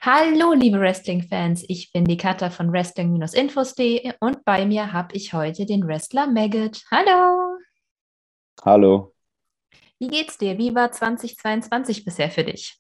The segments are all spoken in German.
Hallo, liebe Wrestling-Fans, ich bin die Katha von Wrestling-Infos.de und bei mir habe ich heute den Wrestler Maggot. Hallo, Hallo. wie geht's dir? Wie war 2022 bisher für dich?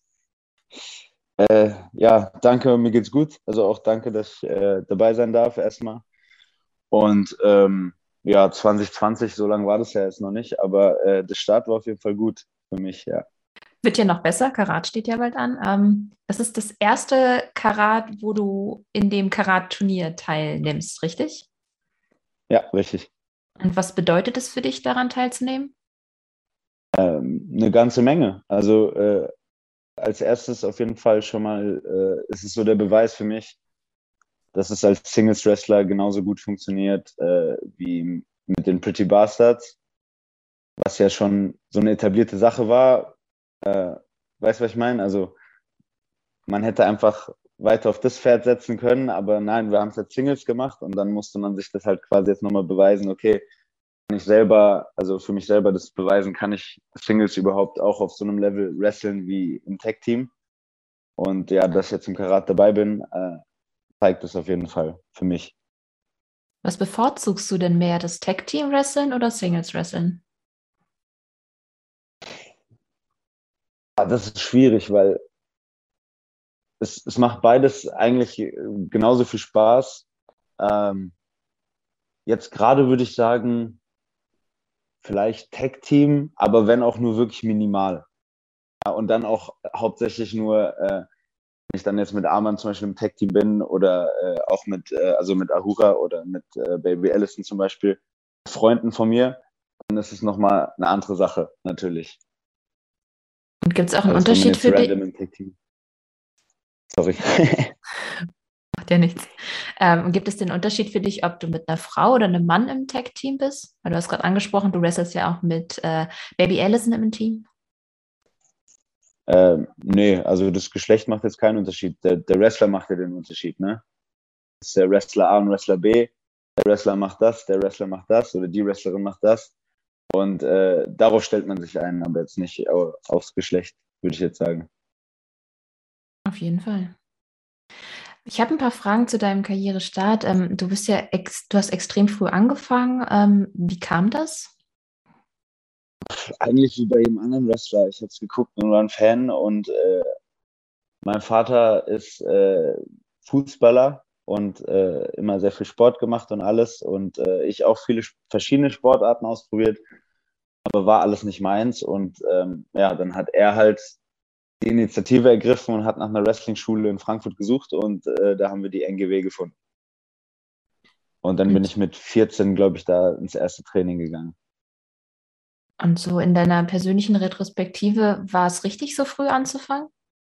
Ja, danke, mir geht's gut. Also auch danke, dass ich dabei sein darf erstmal. Und ja, 2020, so lange war das ja jetzt noch nicht, aber der Start war auf jeden Fall gut für mich, ja. Wird ja noch besser, Karat steht ja bald an. Das ist das erste Karat, wo du in dem Karat-Turnier teilnimmst, richtig? Ja, richtig. Und was bedeutet es für dich, daran teilzunehmen? Eine ganze Menge. Also als erstes auf jeden Fall schon mal ist es so der Beweis für mich, dass es als Singles-Wrestler genauso gut funktioniert wie mit den Pretty Bastards, was ja schon so eine etablierte Sache war. Weißt du, was ich meine? Also man hätte einfach weiter auf das Pferd setzen können, aber nein, wir haben es jetzt Singles gemacht und dann musste man sich das halt quasi jetzt nochmal beweisen, okay, kann ich selber, also für mich selber das beweisen, kann ich Singles überhaupt auch auf so einem Level wresteln wie im Tag-Team. Und ja, dass ich jetzt im Karat dabei bin, zeigt das auf jeden Fall für mich. Was bevorzugst du denn mehr, das Tag-Team-Wrestling oder Singles-Wrestling? Das ist schwierig, weil es macht beides eigentlich genauso viel Spaß. Ähm, Jetzt gerade würde ich sagen, vielleicht Tag-Team, aber wenn auch nur wirklich minimal. Ja, und dann auch hauptsächlich nur, wenn ich dann jetzt mit Arman zum Beispiel im Tag-Team bin oder auch also mit Ahura oder mit Baby Allison zum Beispiel, Freunden von mir, dann ist es nochmal eine andere Sache, natürlich, Und gibt es auch einen als wenn man Unterschied jetzt für dich? random im Tag-Team. Sorry. Macht ja nichts. Gibt es den Unterschied für dich, ob du mit einer Frau oder einem Mann im Tag-Team bist? Weil du hast gerade angesprochen, du wrestlest ja auch mit Baby Allison im Team. Nee, also das Geschlecht macht jetzt keinen Unterschied. Der Wrestler macht ja den Unterschied, ne? Das ist der Wrestler A und Wrestler B. Der Wrestler macht das, der Wrestler macht das oder die Wrestlerin macht das. Und darauf stellt man sich ein, aber jetzt nicht aufs Geschlecht, würde ich jetzt sagen. Auf jeden Fall. Ich habe ein paar Fragen zu deinem Karrierestart. Du bist ja du hast extrem früh angefangen. Wie kam das? Eigentlich wie bei jedem anderen Wrestler. Ich habe es geguckt und war ein Fan und mein Vater ist Fußballer und immer sehr viel Sport gemacht und alles und ich auch viele verschiedene Sportarten ausprobiert, aber war alles nicht meins und ja, dann hat er halt die Initiative ergriffen und hat nach einer Wrestling-Schule in Frankfurt gesucht und da haben wir die NGW gefunden. Und dann bin Und, ich mit 14, glaube ich, da ins erste Training gegangen. und so in deiner persönlichen Retrospektive, war es richtig, so früh anzufangen?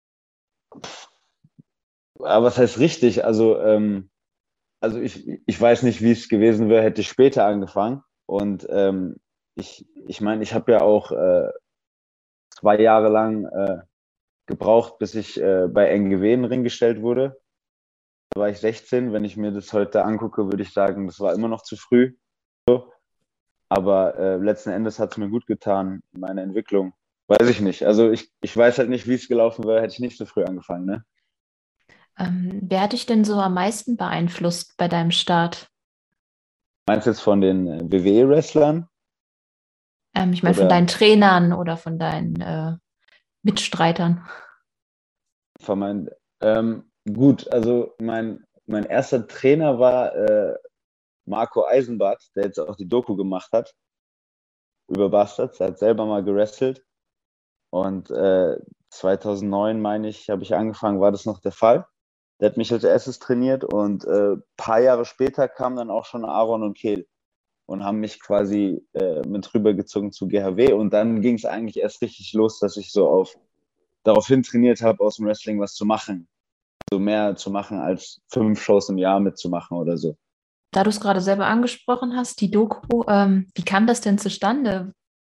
Aber was heißt richtig? Also ich weiß nicht, wie es gewesen wäre, hätte ich später angefangen. Und ich meine, ich habe ja auch 2 Jahre lang gebraucht, bis ich bei NGW in den Ring gestellt wurde. Da war ich 16. Wenn ich mir das heute angucke, würde ich sagen, das war immer noch zu früh. Aber letzten Endes hat es mir gut getan, meine Entwicklung. Weiß ich nicht. Also ich weiß halt nicht, wie es gelaufen wäre, hätte ich nicht so früh angefangen, ne? Wer hat dich denn so am meisten beeinflusst bei deinem Start? Meinst du jetzt von den WWE-Wrestlern Ich meine von deinen oder Trainern oder von deinen Mitstreitern. von meinen? Gut, also mein erster Trainer war Marco Eisenbart, der jetzt auch die Doku gemacht hat über Bastards. Er hat selber mal gewrestelt und 2009, meine ich, habe ich angefangen, war das noch der Fall. Der hat mich als erstes trainiert und ein paar Jahre später kamen dann auch schon Aaron und Kehl und haben mich quasi mit rübergezogen zu GHW und dann ging es eigentlich erst richtig los, dass ich so darauf hin trainiert habe, aus dem Wrestling was zu machen. So mehr zu machen als 5 Shows im Jahr mitzumachen oder so. Da du es gerade selber angesprochen hast, die Doku, wie kam das denn zustande?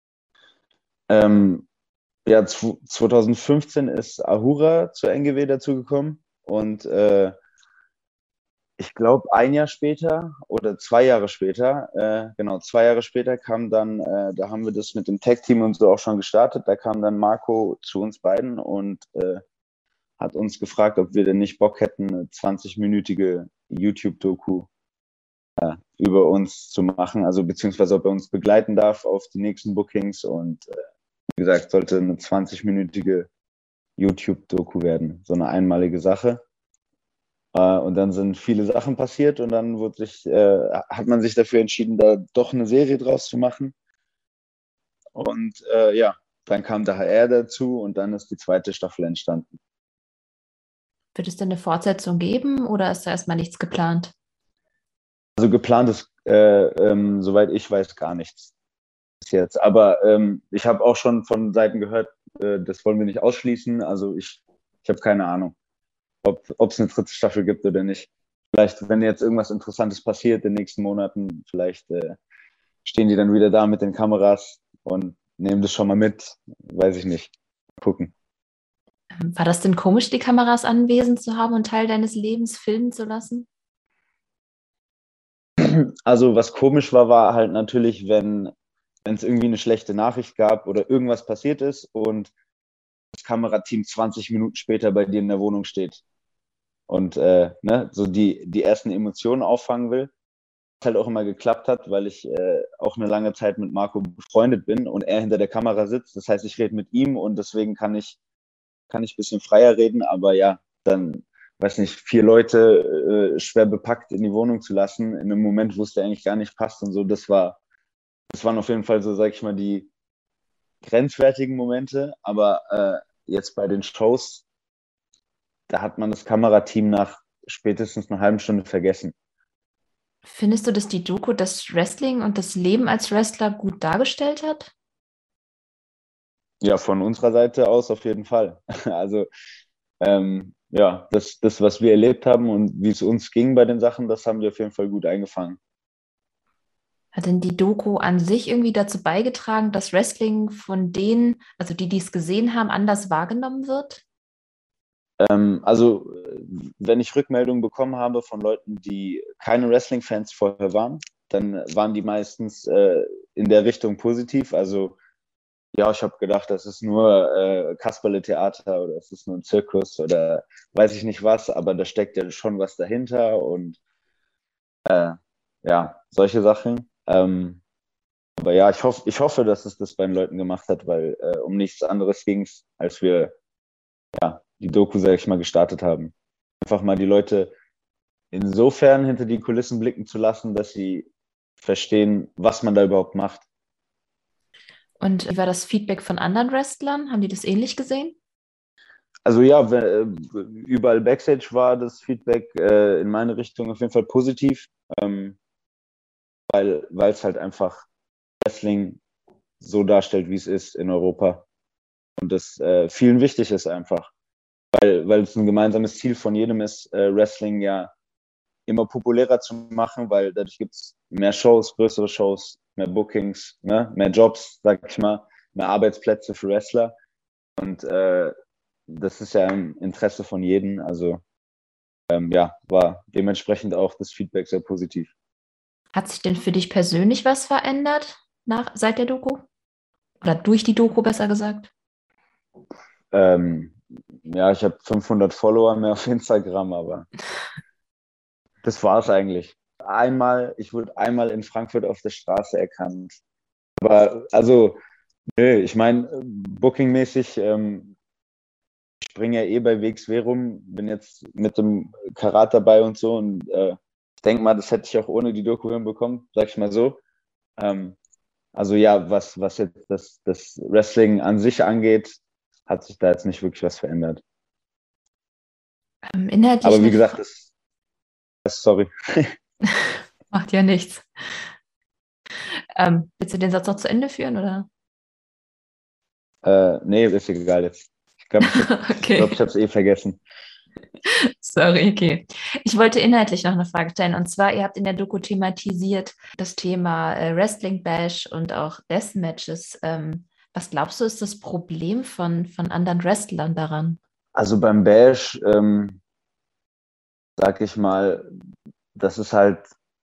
Ähm, ja, 2015 ist Ahura zur NGW dazugekommen und ich glaube, ein Jahr später oder 2 Jahre später, genau, 2 Jahre später kam dann, da haben wir das mit dem Tag-Team und so auch schon gestartet. Da kam dann Marco zu uns beiden und hat uns gefragt, ob wir denn nicht Bock hätten, eine 20-minütige YouTube-Doku über uns zu machen, also beziehungsweise ob er uns begleiten darf auf die nächsten Bookings und wie gesagt, sollte eine 20-minütige YouTube-Doku werden, so eine einmalige Sache. Und dann sind viele Sachen passiert und dann hat man sich dafür entschieden, da doch eine Serie draus zu machen. Und dann kam der HR dazu und dann ist die zweite Staffel entstanden. Wird es denn eine Fortsetzung geben oder ist da erstmal nichts geplant? Also geplant ist, soweit ich weiß, gar nichts bis jetzt. Aber ich habe auch schon von Seiten gehört, das wollen wir nicht ausschließen. Also ich habe keine Ahnung, ob es eine dritte Staffel gibt oder nicht. Vielleicht, wenn jetzt irgendwas Interessantes passiert in den nächsten Monaten, vielleicht stehen die dann wieder da mit den Kameras und nehmen das schon mal mit. Weiß ich nicht. Gucken. War das denn komisch, die Kameras anwesend zu haben und Teil deines Lebens filmen zu lassen? Also was komisch war halt natürlich, wenn es irgendwie eine schlechte Nachricht gab oder irgendwas passiert ist und das Kamerateam 20 Minuten später bei dir in der Wohnung steht und so die ersten Emotionen auffangen will. Was halt auch immer geklappt hat, weil ich auch eine lange Zeit mit Marco befreundet bin und er hinter der Kamera sitzt. Das heißt, ich rede mit ihm und deswegen kann ich ein bisschen freier reden, aber ja, dann, weiß nicht, 4 Leute schwer bepackt in die Wohnung zu lassen, in einem Moment, wo es dir eigentlich gar nicht passt und so, das waren auf jeden Fall so, sag ich mal, die grenzwertigen Momente, aber jetzt bei den Shows, da hat man das Kamerateam nach spätestens einer halben Stunde vergessen. Findest du, dass die Doku das Wrestling und das Leben als Wrestler gut dargestellt hat? Ja, von unserer Seite aus auf jeden Fall. Also das, was wir erlebt haben und wie es uns ging bei den Sachen, das haben wir auf jeden Fall gut eingefangen. Hat denn die Doku an sich irgendwie dazu beigetragen, dass Wrestling von denen, also die es gesehen haben, anders wahrgenommen wird? Also, wenn ich Rückmeldungen bekommen habe von Leuten, die keine Wrestling-Fans vorher waren, dann waren die meistens in der Richtung positiv. Also, ja, ich habe gedacht, das ist nur Kasperle-Theater oder es ist nur ein Zirkus oder weiß ich nicht was, aber da steckt ja schon was dahinter und ja, solche Sachen. Aber ja, ich hoffe, dass es das bei den Leuten gemacht hat, weil um nichts anderes ging es, als wir die Doku, sag ich mal, gestartet haben. Einfach mal die Leute insofern hinter die Kulissen blicken zu lassen, dass sie verstehen, was man da überhaupt macht. Und wie war das Feedback von anderen Wrestlern? Haben die das ähnlich gesehen? Also ja, überall Backstage war das Feedback in meine Richtung auf jeden Fall positiv, weil es halt einfach Wrestling so darstellt, wie es ist in Europa. Und das vielen wichtig ist einfach, weil es ein gemeinsames Ziel von jedem ist, Wrestling ja immer populärer zu machen, weil dadurch gibt es mehr Shows, größere Shows, mehr Bookings, ne? Mehr Jobs, sag ich mal, mehr Arbeitsplätze für Wrestler. Und das ist ja im Interesse von jedem. Also war dementsprechend auch das Feedback sehr positiv. Hat sich denn für dich persönlich was verändert seit der Doku? Oder durch die Doku, besser gesagt? Ja, ich habe 500 Follower mehr auf Instagram, aber das war es eigentlich. Ich wurde einmal in Frankfurt auf der Straße erkannt. Aber also, nö, ich meine, bookingmäßig, ich springe ja eh bei WXW rum, bin jetzt mit dem Karat dabei und so und ich denke mal, das hätte ich auch ohne die Doku hinbekommen, sag ich mal so. Also ja, was jetzt das Wrestling an sich angeht, hat sich da jetzt nicht wirklich was verändert. Inhaltlich Aber wie gesagt, sorry. macht ja nichts. Willst du den Satz noch zu Ende führen, oder? Nee, ist egal jetzt. Ich glaube, Okay. ich habe es eh vergessen. Sorry, okay. Ich wollte inhaltlich noch eine Frage stellen. Und zwar, ihr habt in der Doku thematisiert das Thema Wrestling Bash und auch Deathmatches. Was glaubst du, ist das Problem von anderen Wrestlern daran? Also beim Bash, sag ich mal, das ist halt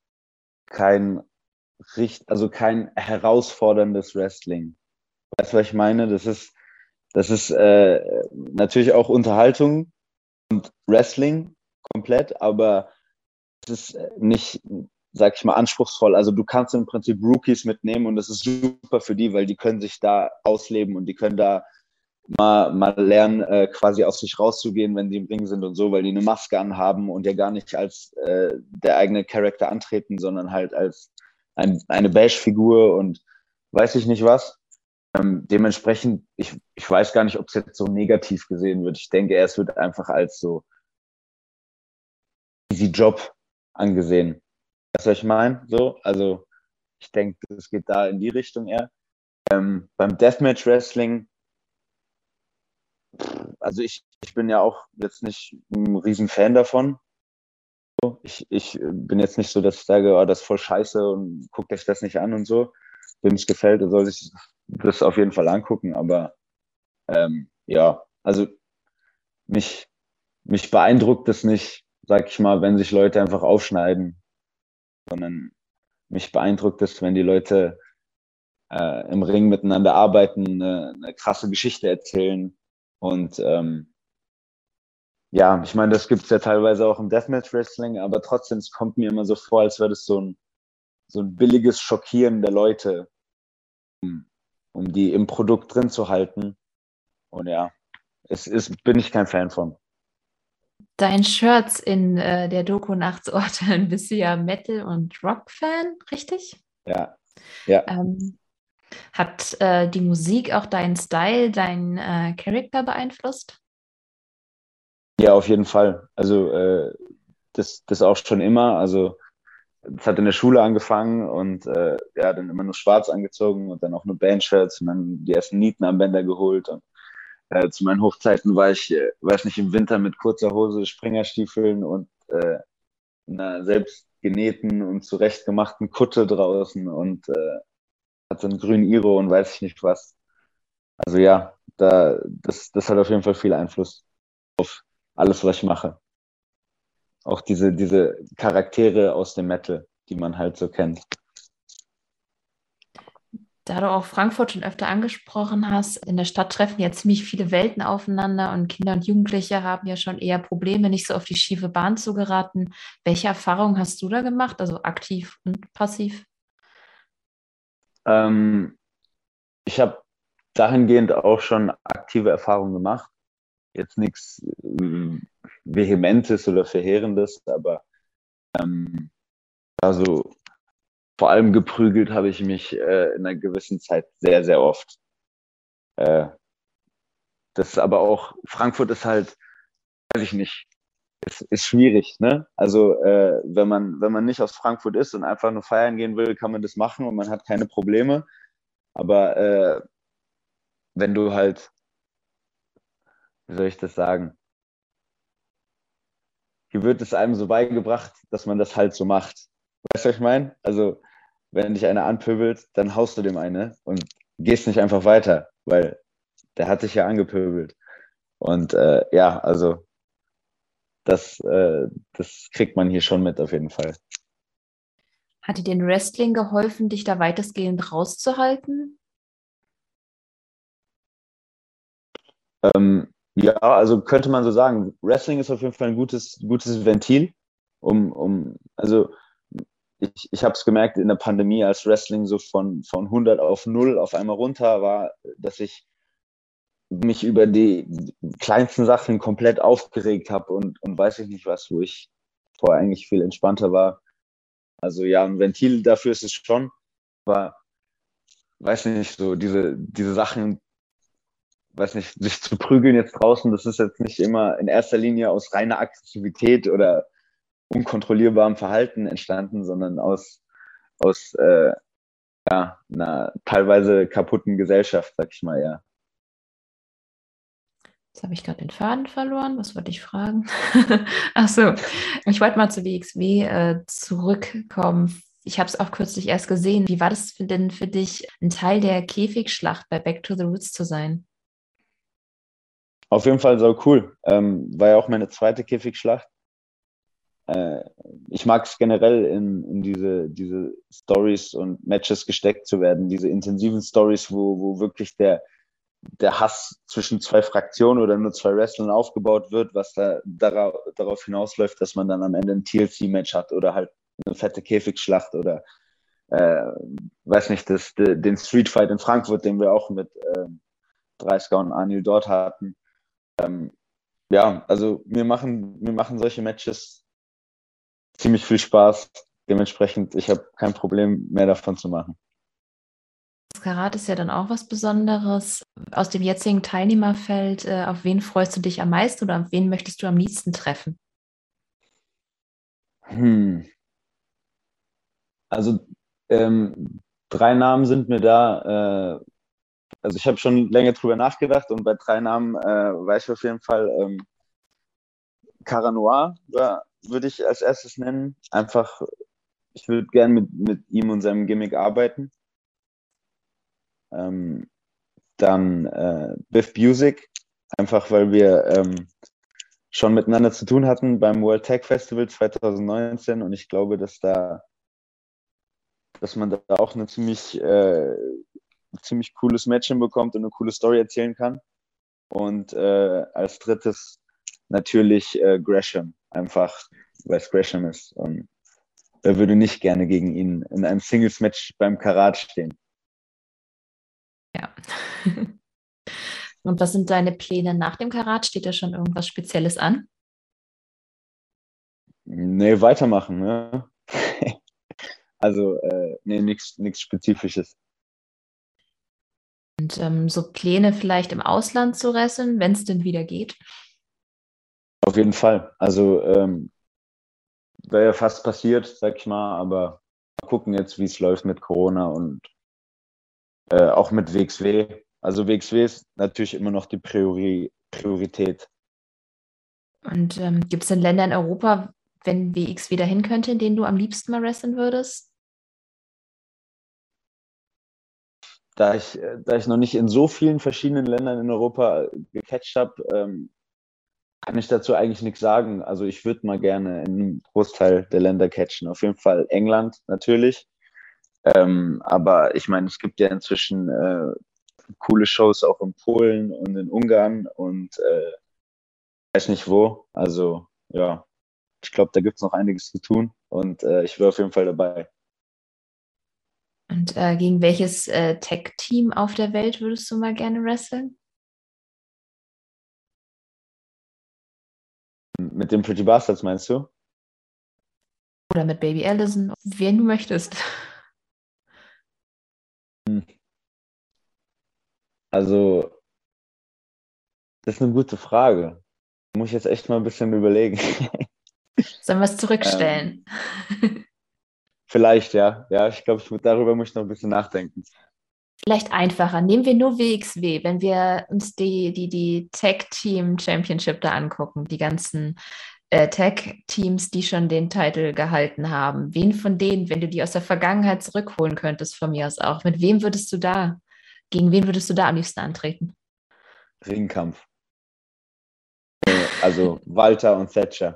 kein herausforderndes Wrestling. Weißt du, was ich meine? Das ist natürlich auch Unterhaltung, Wrestling komplett, aber es ist nicht, sag ich mal, anspruchsvoll. Also du kannst im Prinzip Rookies mitnehmen und das ist super für die, weil die können sich da ausleben und die können da mal lernen, quasi aus sich rauszugehen, wenn die im Ring sind und so, weil die eine Maske anhaben und ja gar nicht als der eigene Charakter antreten, sondern halt als eine Bash-Figur und weiß ich nicht was. Dementsprechend, ich weiß gar nicht, ob es jetzt so negativ gesehen wird. Ich denke, es wird einfach als so easy Job angesehen. Weißt du, was ich meine? So, also ich denke, es geht da in die Richtung eher. Beim Deathmatch Wrestling, also ich bin ja auch jetzt nicht ein riesen Fan davon. Ich bin jetzt nicht so, dass ich sage, oh, das ist voll scheiße und guckt euch das nicht an und so. Wem es gefällt, der soll sich das auf jeden Fall angucken. Aber ja, also mich, mich beeindruckt es nicht, sag ich mal, wenn sich Leute einfach aufschneiden, sondern mich beeindruckt es, wenn die Leute im Ring miteinander arbeiten, eine krasse Geschichte erzählen. Und ja, ich meine, das gibt es ja teilweise auch im Deathmatch Wrestling, aber trotzdem, es kommt mir immer so vor, als wäre das so ein billiges Schockieren der Leute, um die im Produkt drin zu halten. Und ja, bin ich kein Fan von. Dein Shirts in der Doku nachzuordnen, bist du ja Metal- und Rock-Fan, richtig? Ja, ja, Ähm, Hat die Musik auch deinen Style, deinen Charakter beeinflusst? ja, auf jeden Fall. Also das auch schon immer. Also es hat in der Schule angefangen und ja, dann immer nur schwarz angezogen und dann auch nur Bandshirts und dann die ersten Nietenarmbänder geholt. Und zu meinen Hochzeiten war ich, weiß nicht, im Winter mit kurzer Hose, Springerstiefeln und einer selbst genähten und zurechtgemachten Kutte draußen und hatte einen grünen Iro und weiß ich nicht was. Also ja, das hat auf jeden Fall viel Einfluss auf alles, was ich mache. Auch diese Charaktere aus dem Metal, die man halt so kennt. Da du auch Frankfurt schon öfter angesprochen hast, in der Stadt treffen ja ziemlich viele Welten aufeinander und Kinder und Jugendliche haben ja schon eher Probleme, nicht so auf die schiefe Bahn zu geraten. Welche Erfahrungen hast du da gemacht, also aktiv und passiv? Ähm, Ich habe dahingehend auch schon aktive Erfahrungen gemacht. Jetzt nichts Vehementes oder Verheerendes, aber also vor allem geprügelt habe ich mich in einer gewissen Zeit sehr, sehr oft. Äh, Das ist aber auch, Frankfurt ist halt, weiß ich nicht, ist schwierig, ne? Also wenn man nicht aus Frankfurt ist und einfach nur feiern gehen will, kann man das machen und man hat keine Probleme. Aber wenn du halt, wie soll ich das sagen, hier wird es einem so beigebracht, dass man das halt so macht. Weißt du, was ich meine? Also wenn dich einer anpöbelt, dann haust du dem eine und gehst nicht einfach weiter, weil der hat dich ja angepöbelt. Und ja, also das kriegt man hier schon mit auf jeden Fall. Hat dir den Wrestling geholfen, dich da weitestgehend rauszuhalten? Ja, also könnte man so sagen, Wrestling ist auf jeden Fall ein gutes Ventil, also ich habe es gemerkt in der Pandemie, als Wrestling so von 100 auf 0 auf einmal runter war, dass ich mich über die kleinsten Sachen komplett aufgeregt habe und weiß ich nicht was, wo ich vorher eigentlich viel entspannter war. Also ja, ein Ventil dafür ist es schon, aber weiß nicht, so diese Sachen, weiß nicht, sich zu prügeln jetzt draußen, das ist jetzt nicht immer in erster Linie aus reiner Aggressivität oder unkontrollierbarem Verhalten entstanden, sondern aus ja, einer teilweise kaputten Gesellschaft, sag ich mal, ja. Jetzt habe ich gerade den Faden verloren. Was wollte ich fragen? Ach so, ich wollte mal zu WXW zurückkommen. Ich habe es auch kürzlich erst gesehen. Wie war das denn für dich, ein Teil der Käfigschlacht bei Back to the Roots zu sein? Auf jeden Fall so cool. War ja auch meine zweite Käfigschlacht. Äh, Ich mag es generell, in diese Stories und Matches gesteckt zu werden, diese intensiven Stories, wo wirklich der Hass zwischen zwei Fraktionen oder nur zwei Wrestlern aufgebaut wird, was da darauf hinausläuft, dass man dann am Ende ein TLC-Match hat oder halt eine fette Käfigschlacht oder äh, weiß nicht, den Streetfight in Frankfurt, den wir auch mit Dreisker und Anil dort hatten. Ja, also mir machen solche Matches ziemlich viel Spaß. Dementsprechend, ich habe kein Problem mehr davon zu machen. Karat ist ja dann auch was Besonderes. Aus dem jetzigen Teilnehmerfeld, auf wen freust du dich am meisten oder auf wen möchtest du am liebsten treffen? Hm. Also drei Namen sind mir da. Also ich habe schon länger drüber nachgedacht und bei drei Namen weiß ich auf jeden Fall, Cara Noir würde ich als erstes nennen. Einfach, ich würde gern mit ihm und seinem Gimmick arbeiten. Ähm, dann Biff Busick, einfach weil wir schon miteinander zu tun hatten beim World Tag Festival 2019 und ich glaube, dass man da auch eine ziemlich cooles Match hinbekommt und eine coole Story erzählen kann. Und als drittes natürlich Gresham, einfach weil es Gresham ist. Und wer würde nicht gerne gegen ihn in einem Singles-Match beim Karat stehen? Ja. Und was sind deine Pläne nach dem Karat? Steht da schon irgendwas Spezielles an? Nee, weitermachen, ne? Also, nee, nichts Spezifisches. Und so Pläne vielleicht im Ausland zu wresteln, wenn es denn wieder geht? Auf jeden Fall. Also, wäre ja fast passiert, sag ich mal, aber mal gucken jetzt, wie es läuft mit Corona und auch mit WXW. Also WXW ist natürlich immer noch die Priorität. Und gibt es denn Länder in Europa, wenn WX wieder hin könnte, in denen du am liebsten mal wresteln würdest? Da ich noch nicht in so vielen verschiedenen Ländern in Europa gecatcht habe, kann ich dazu eigentlich nichts sagen. Also ich würde mal gerne in einem Großteil der Länder catchen. Auf jeden Fall England natürlich. Aber ich meine, es gibt ja inzwischen coole Shows auch in Polen und in Ungarn und weiß nicht wo. Also ja, ich glaube, da gibt es noch einiges zu tun und ich wäre auf jeden Fall dabei. Und gegen welches Tech-Team auf der Welt würdest du mal gerne wresteln? Mit den Pretty Bastards meinst du? Oder mit Baby Allison, wen du möchtest. Hm. Also, das ist eine gute Frage. Muss ich jetzt echt mal ein bisschen überlegen. Sollen wir es zurückstellen? ähm, vielleicht, ja. Ja, ich glaube, darüber muss ich noch ein bisschen nachdenken. Vielleicht einfacher. Nehmen wir nur WXW, wenn wir uns die Tag Team Championship da angucken, die ganzen Tag Teams, die schon den Titel gehalten haben. Wen von denen, wenn du die aus der Vergangenheit zurückholen könntest, von mir aus auch, gegen wen würdest du da am liebsten antreten? Ringkampf. Also Walter und Thatcher.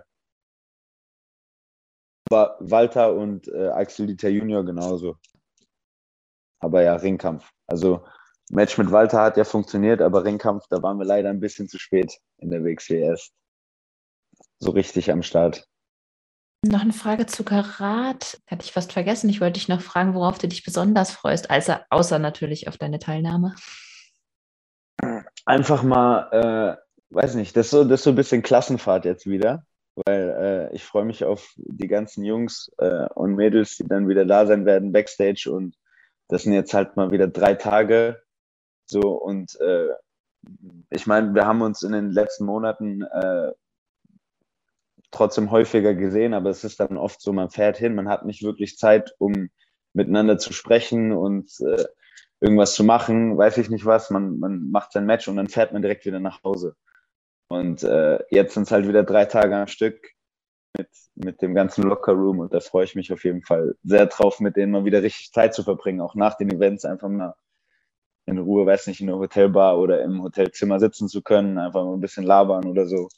Walter und Axel Dieter Junior genauso. Aber ja, Ringkampf. Also Match mit Walter hat ja funktioniert, aber Ringkampf, da waren wir leider ein bisschen zu spät in der WXW erst so richtig am Start. Noch eine Frage zu Karat. Hatte ich fast vergessen. Ich wollte dich noch fragen, worauf du dich besonders freust, außer natürlich auf deine Teilnahme. Einfach mal, weiß nicht, das ist so ein bisschen Klassenfahrt jetzt wieder, weil ich freue mich auf die ganzen Jungs und Mädels, die dann wieder da sein werden backstage und das sind jetzt halt mal wieder 3 Tage so und ich meine, wir haben uns in den letzten Monaten trotzdem häufiger gesehen, aber es ist dann oft so, man fährt hin, man hat nicht wirklich Zeit, um miteinander zu sprechen und irgendwas zu machen, weiß ich nicht was, man macht sein Match und dann fährt man direkt wieder nach Hause. Und jetzt sind es halt wieder 3 Tage am Stück mit dem ganzen Lockerroom und da freue ich mich auf jeden Fall sehr drauf, mit denen mal wieder richtig Zeit zu verbringen, auch nach den Events einfach mal in Ruhe, weiß nicht, in einer Hotelbar oder im Hotelzimmer sitzen zu können, einfach mal ein bisschen labern oder so.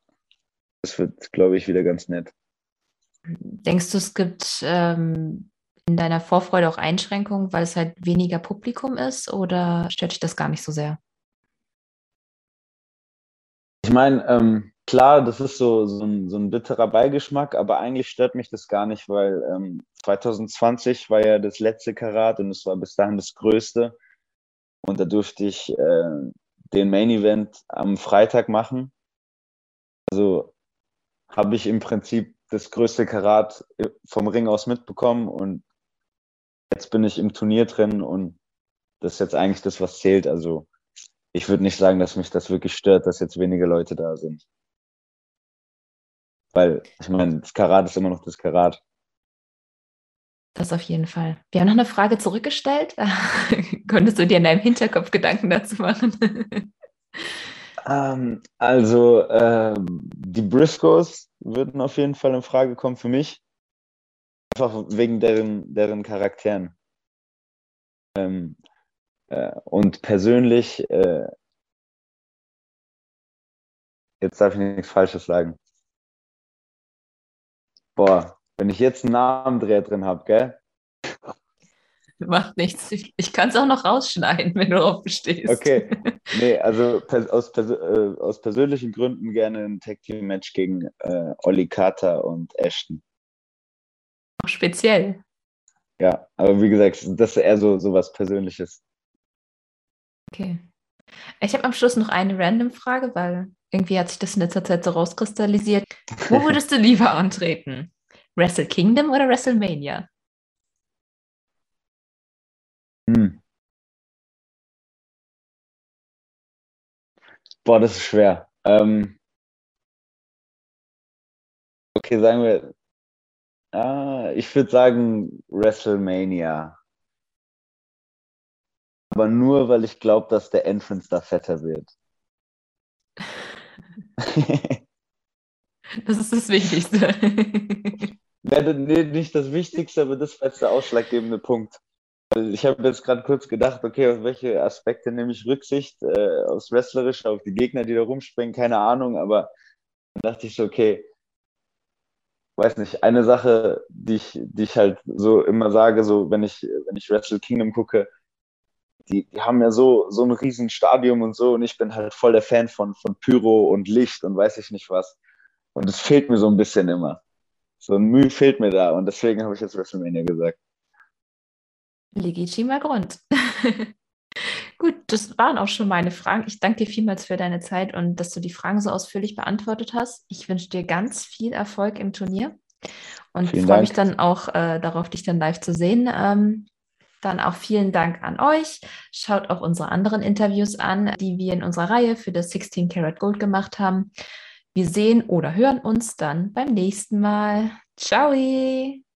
Das wird, glaube ich, wieder ganz nett. Denkst du, es gibt in deiner Vorfreude auch Einschränkungen, weil es halt weniger Publikum ist oder stört dich das gar nicht so sehr? Ich meine, klar, das ist so ein bitterer Beigeschmack, aber eigentlich stört mich das gar nicht, weil 2020 war ja das letzte Karat und es war bis dahin das größte. Und da durfte ich den Main Event am Freitag machen. Also habe ich im Prinzip das größte Karat vom Ring aus mitbekommen und jetzt bin ich im Turnier drin und das ist jetzt eigentlich das, was zählt. Also ich würde nicht sagen, dass mich das wirklich stört, dass jetzt wenige Leute da sind. Weil, ich meine, das Karat ist immer noch das Karat. Das auf jeden Fall. Wir haben noch eine Frage zurückgestellt. Konntest du dir in deinem Hinterkopf Gedanken dazu machen? Also, die Briscoes würden auf jeden Fall in Frage kommen für mich. Einfach wegen deren Charakteren. Und persönlich, jetzt darf ich nichts Falsches sagen. Boah, wenn ich jetzt einen Namendreher drin habe, gell? Macht nichts. Ich kann es auch noch rausschneiden, wenn du drauf bestehst. Okay. Nee, also aus persönlichen Gründen gerne ein Tag-Team-Match gegen Olli Carter und Ashton. Auch speziell. Ja, aber wie gesagt, das ist eher so was Persönliches. Okay. Ich habe am Schluss noch eine Random-Frage, weil irgendwie hat sich das in letzter Zeit so rauskristallisiert. Wo würdest du lieber antreten? Wrestle Kingdom oder WrestleMania? Hm. Boah, das ist schwer. Okay, sagen wir, ich würde sagen WrestleMania. Aber nur, weil ich glaube, dass der Entrance da fetter wird. Das ist das Wichtigste. Ja, nee, nicht das Wichtigste, aber das war jetzt der ausschlaggebende Punkt. Weil ich habe jetzt gerade kurz gedacht, okay, auf welche Aspekte nehme ich Rücksicht? Aufs Wrestlerische, auf die Gegner, die da rumspringen, keine Ahnung, aber dann dachte ich so, okay, weiß nicht, eine Sache, die ich halt so immer sage, so wenn ich Wrestle Kingdom gucke, die haben ja so ein riesen Stadion und so und ich bin halt voll der Fan von Pyro und Licht und weiß ich nicht was. Und es fehlt mir so ein bisschen immer. So ein Mühe fehlt mir da und deswegen habe ich jetzt WrestleMania gesagt. Legitimer Grund. Gut, das waren auch schon meine Fragen. Ich danke dir vielmals für deine Zeit und dass du die Fragen so ausführlich beantwortet hast. Ich wünsche dir ganz viel Erfolg im Turnier und Vielen freue mich Dank. dann auch darauf, dich dann live zu sehen. Dann auch vielen Dank an euch. Schaut auch unsere anderen Interviews an, die wir in unserer Reihe für das 16 Karat Gold gemacht haben. Wir sehen oder hören uns dann beim nächsten Mal. Ciao!